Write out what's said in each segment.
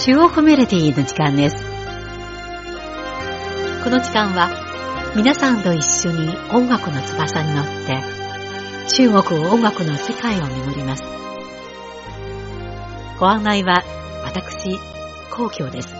中国メロディーの時間です。この時間は皆さんと一緒に音楽の翼に乗って中国音楽の世界を巡ります。ご案内は私、皇居です。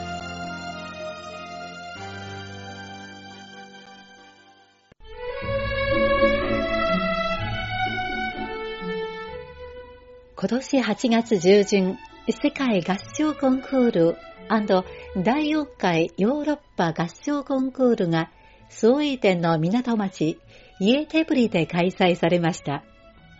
今年8月中旬、世界合唱コンクール&第4回ヨーロッパ合唱コンクールがスウェーデンの港町イエテブリで開催されました。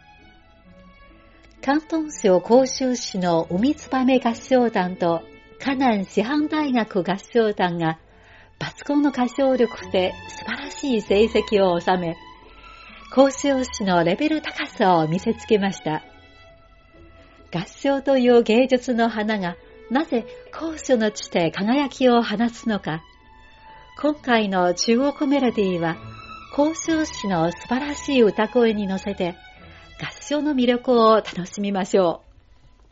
広東省広州市の海燕合唱団と河南師範大学合唱団が抜群の歌唱力で素晴らしい成績を収め、広州市のレベル高さを見せつけました。合唱という芸術の花がなぜ高所の地で輝きを放つのか。今回の中国メロディーは広州市の素晴らしい歌声に乗せて合唱の魅力を楽しみましょう。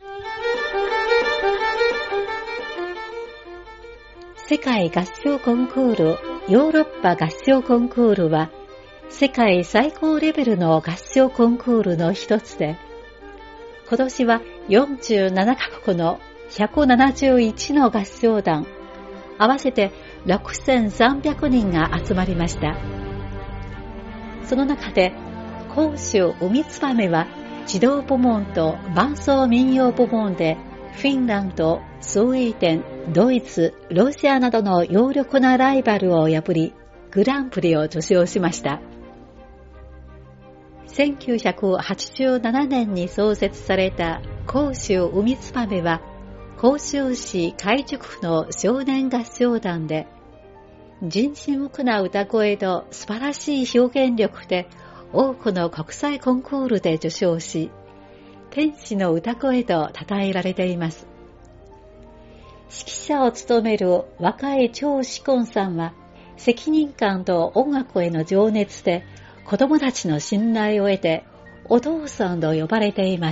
世界合唱コンクールヨーロッパ合唱コンクールは世界最高レベルの合唱コンクールの一つで、今年は47カ国の171の合唱団、合わせて6300人が集まりました。その中で、広州海燕は児童部門と伴奏民謡部門で、フィンランド、スウェーデン、ドイツ、ロシアなどの有力なライバルを破り、グランプリを受賞しました。1987年に創設された広州海燕は広州市海塾府の少年合唱団で、人心無垢な歌声と素晴らしい表現力で多くの国際コンクールで受賞し、天使の歌声と称えられています。指揮者を務める若い張志根さんは、責任感と音楽への情熱で子供たちの信頼を得てお父さんと呼ばれています。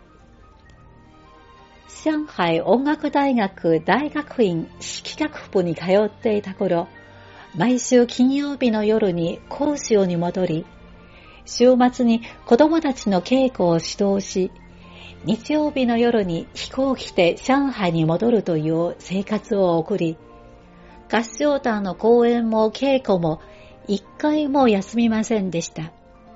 上海音楽大学大学院指揮学部に通っていた頃、毎週金曜日の夜に広州に戻り、週末に子供たちの稽古を指導し、日曜日の夜に飛行機で上海に戻るという生活を送り、合唱団の公演も稽古も一回も休みませんでした。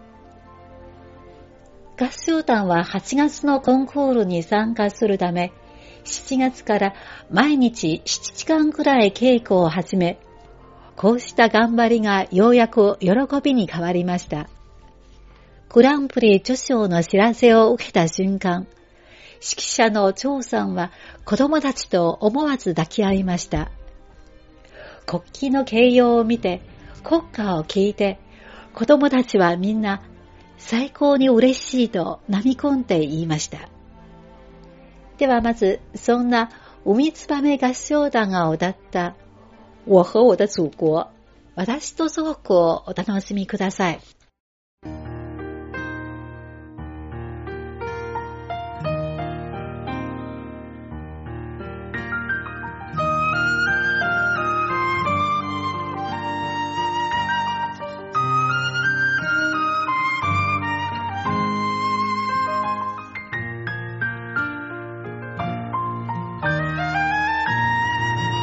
合唱団は8月のコンクールに参加するため、7月から毎日7時間くらい稽古を始め、こうした頑張りがようやく喜びに変わりました。グランプリ受賞の知らせを受けた瞬間、指揮者の張さんは子供たちと思わず抱き合いました。国旗の掲揚を見て、国歌を聴いて、子供たちはみんな最高に嬉しいと飲み込んで言いました。ではまず、そんな海燕合唱団が歌った我和我的祖国、私と祖国をお楽しみください。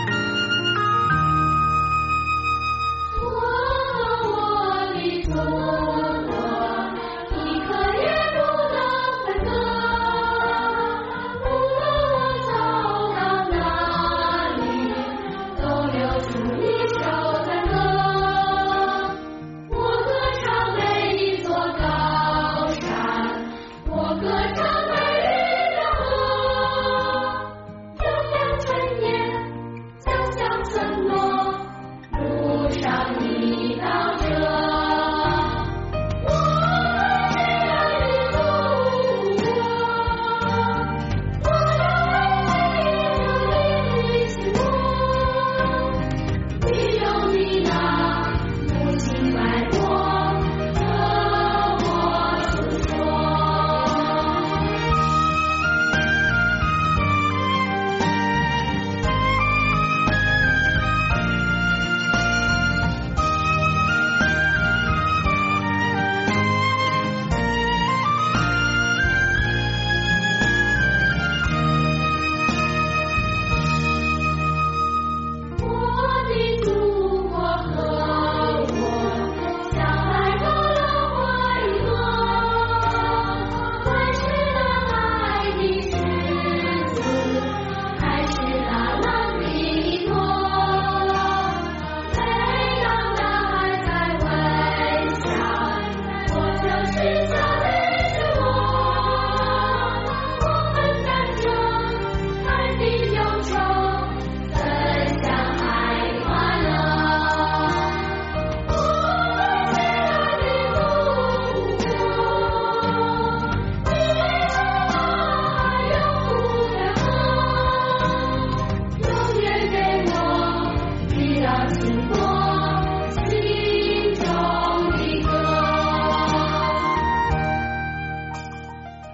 我和我的祖国。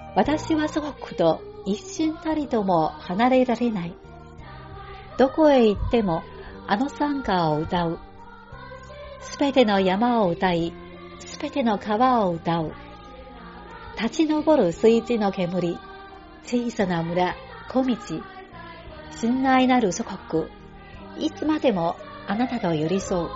私は祖国と一瞬たりとも離れられない。どこへ行ってもあの山歌を歌う。すべての山を歌い、すべての川を歌う。立ち上る水地の煙、小さな村、小道、親愛なる祖国、いつまでもあなたと寄り添う。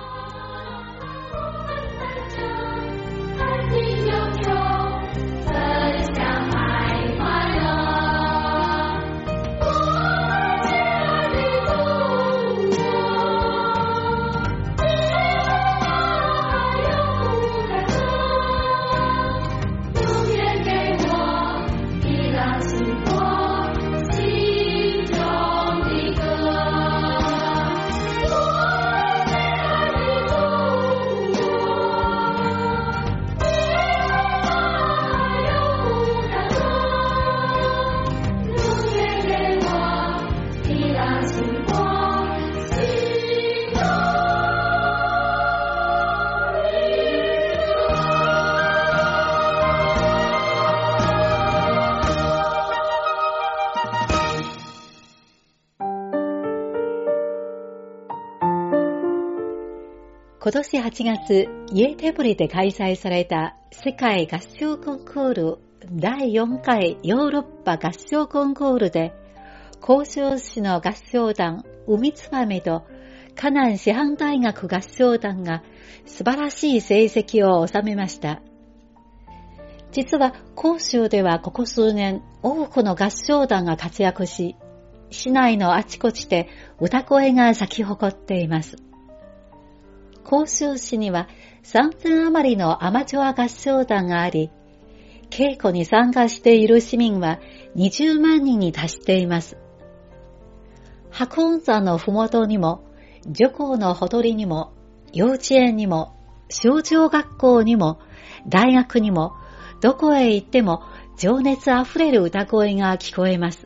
今年8月、イエテボリで開催された世界合唱コンクール第4回ヨーロッパ合唱コンクールで、広州市の合唱団海つばめと河南師範大学合唱団が素晴らしい成績を収めました。実は広州ではここ数年多くの合唱団が活躍し、市内のあちこちで歌声が咲き誇っています。広州市には3000余りのアマチュア合唱団があり、稽古に参加している市民は20万人に達しています。白雲山のふもとにも、徐行のほとりにも、幼稚園にも、小中学校にも、大学にも、どこへ行っても情熱あふれる歌声が聞こえます。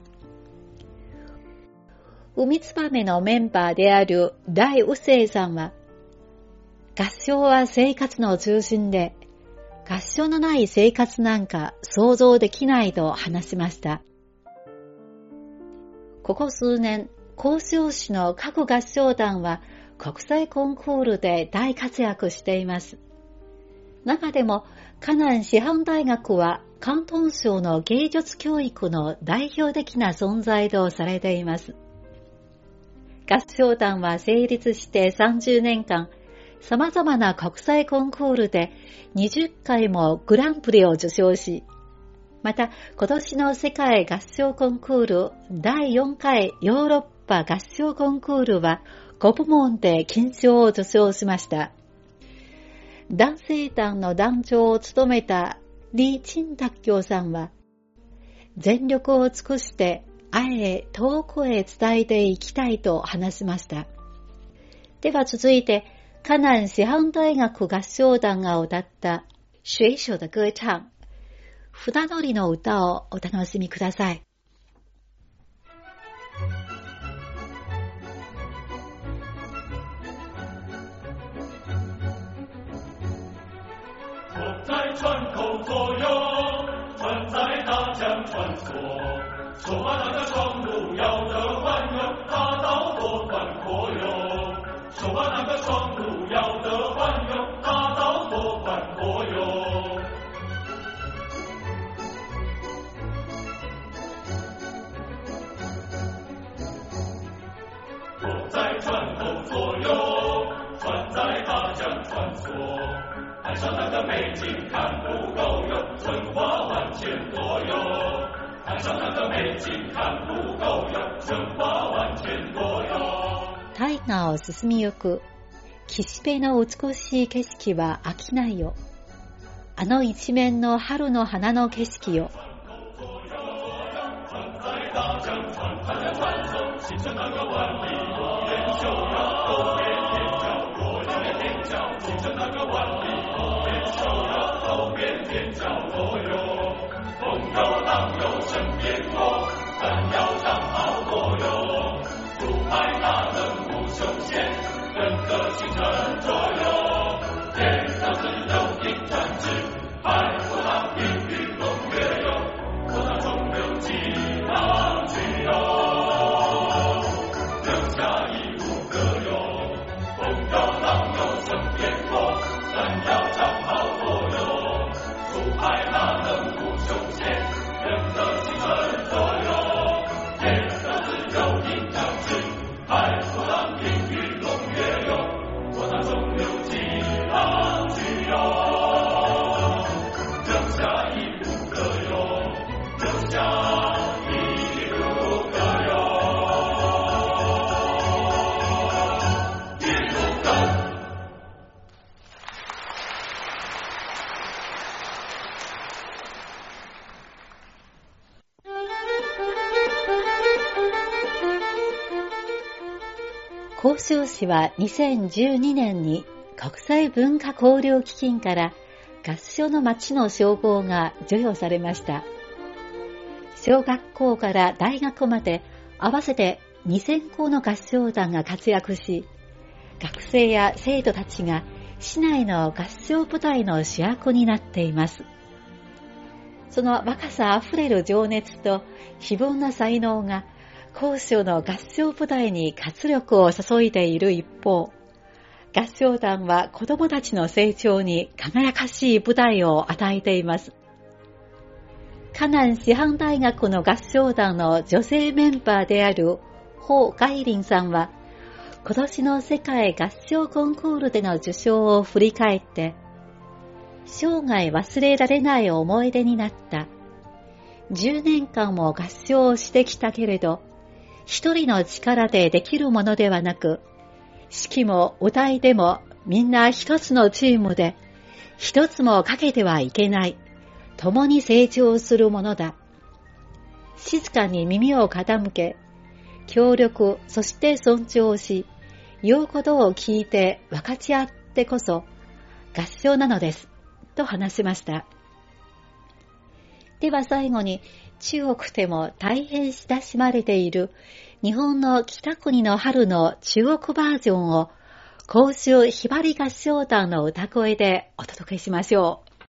海つばめのメンバーである大宇星さんは、合唱は生活の中心で、合唱のない生活なんか想像できないと話しました。ここ数年、広州市の各合唱団は国際コンクールで大活躍しています。中でも、河南師範大学は広東省の芸術教育の代表的な存在とされています。合唱団は成立して30年間、様々な国際コンクールで20回もグランプリを受賞し、また今年の世界合唱コンクール第4回ヨーロッパ合唱コンクールは5部門で金賞を受賞しました。男性団の団長を務めた李陳達教さんは、全力を尽くして愛へ遠くへ伝えていきたいと話しました。では続いて、河南師範大学合唱団が歌った水手的歌唱、船乗りの歌をお楽しみください。 在船口左右，船在大江穿梭，说吧那个闯路要得万有，大道多宽阔哟。说吧那个闯路要得万有，大道多宽阔哟。我在船口左右，船在大江穿梭。岸上那个美景看不够哟，春花万千朵哟。岸上那个美景看不够よ、春花万千朵よ。 大河を進みゆく岸辺の美しい景色は飽きないよ。あの一面の春の花の景色よ。 人格形成左右，天上自有一盏智，海波浪，云雨风月有。 広州市は2012年に国際文化交流基金から合唱の街の称号が授与されました。小学校から大学まで合わせて2000校の合唱団が活躍し、学生や生徒たちが市内の合唱部隊の主役になっています。その若さあふれる情熱と非凡な才能が広州の合唱部隊に活力を注いでいる一方、合唱団は子どもたちの成長に輝かしい舞台を与えています。河南師範大学の合唱団の女性メンバーであるホウ・ガイリンさんは、今年の世界合唱コンクールでの受賞を振り返って、生涯忘れられない思い出になった。10年間も合唱をしてきたけれど、一人の力でできるものではなく、指揮も歌いでもみんな一つのチームで、一つもかけてはいけない。共に成長するものだ。静かに耳を傾け、協力、そして尊重し、言うことを聞いて分かち合ってこそ合唱なのです、と話しました。では最後に、中国でも大変親しまれている日本の北国の春の中国バージョンを広州ひばり合唱団の歌声でお届けしましょう。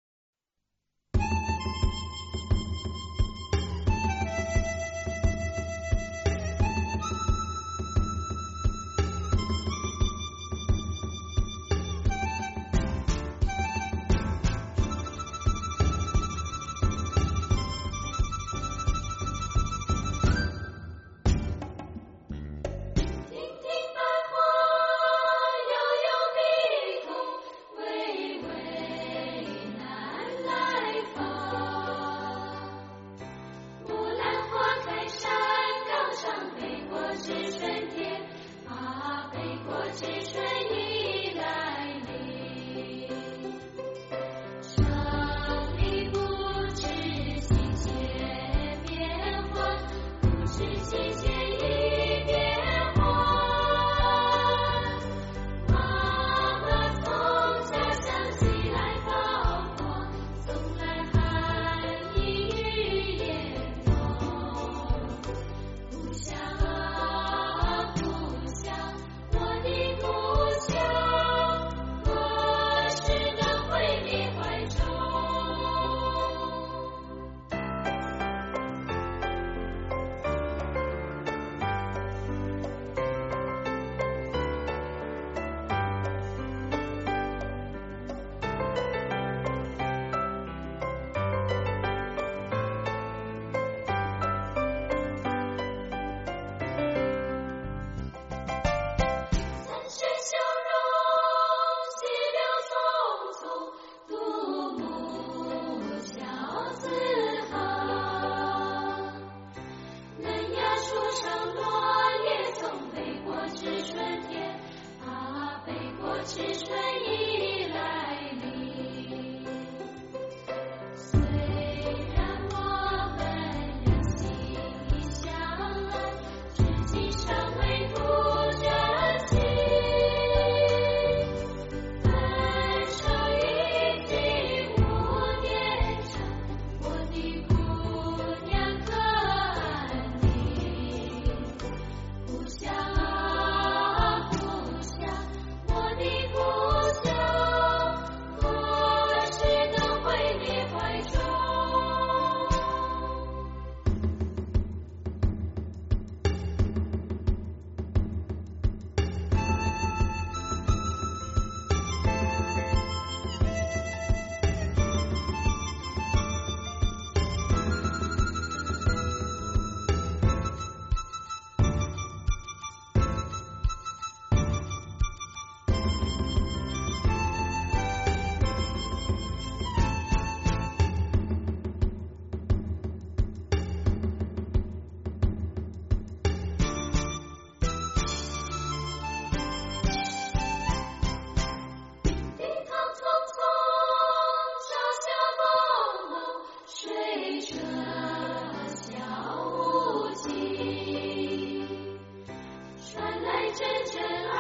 阵阵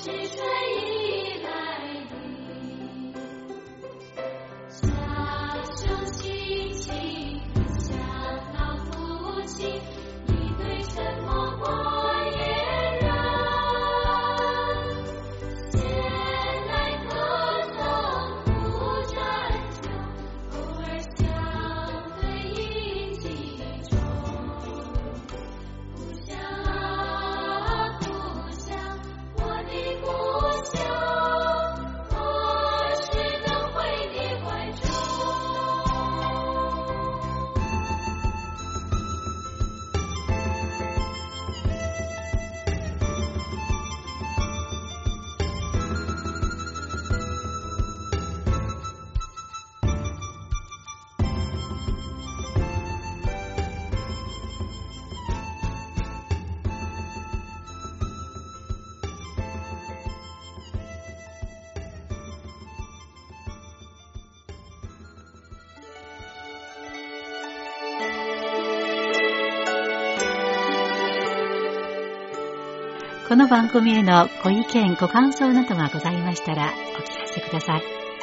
この番組へのご意見ご感想などがございましたらお聞かせください。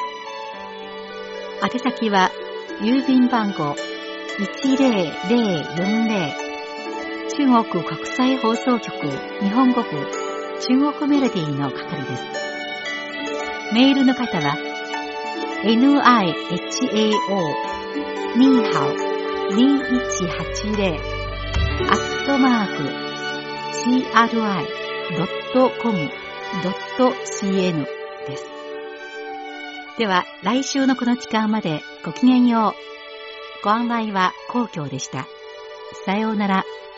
宛先は郵便番号 10040 中国国際放送局日本語部中国メロディーの係です。メールの方は nihao21-CRI.com.cn です。では来週のこの時間までごきげんよう。ご案内は皇居でした。さようなら。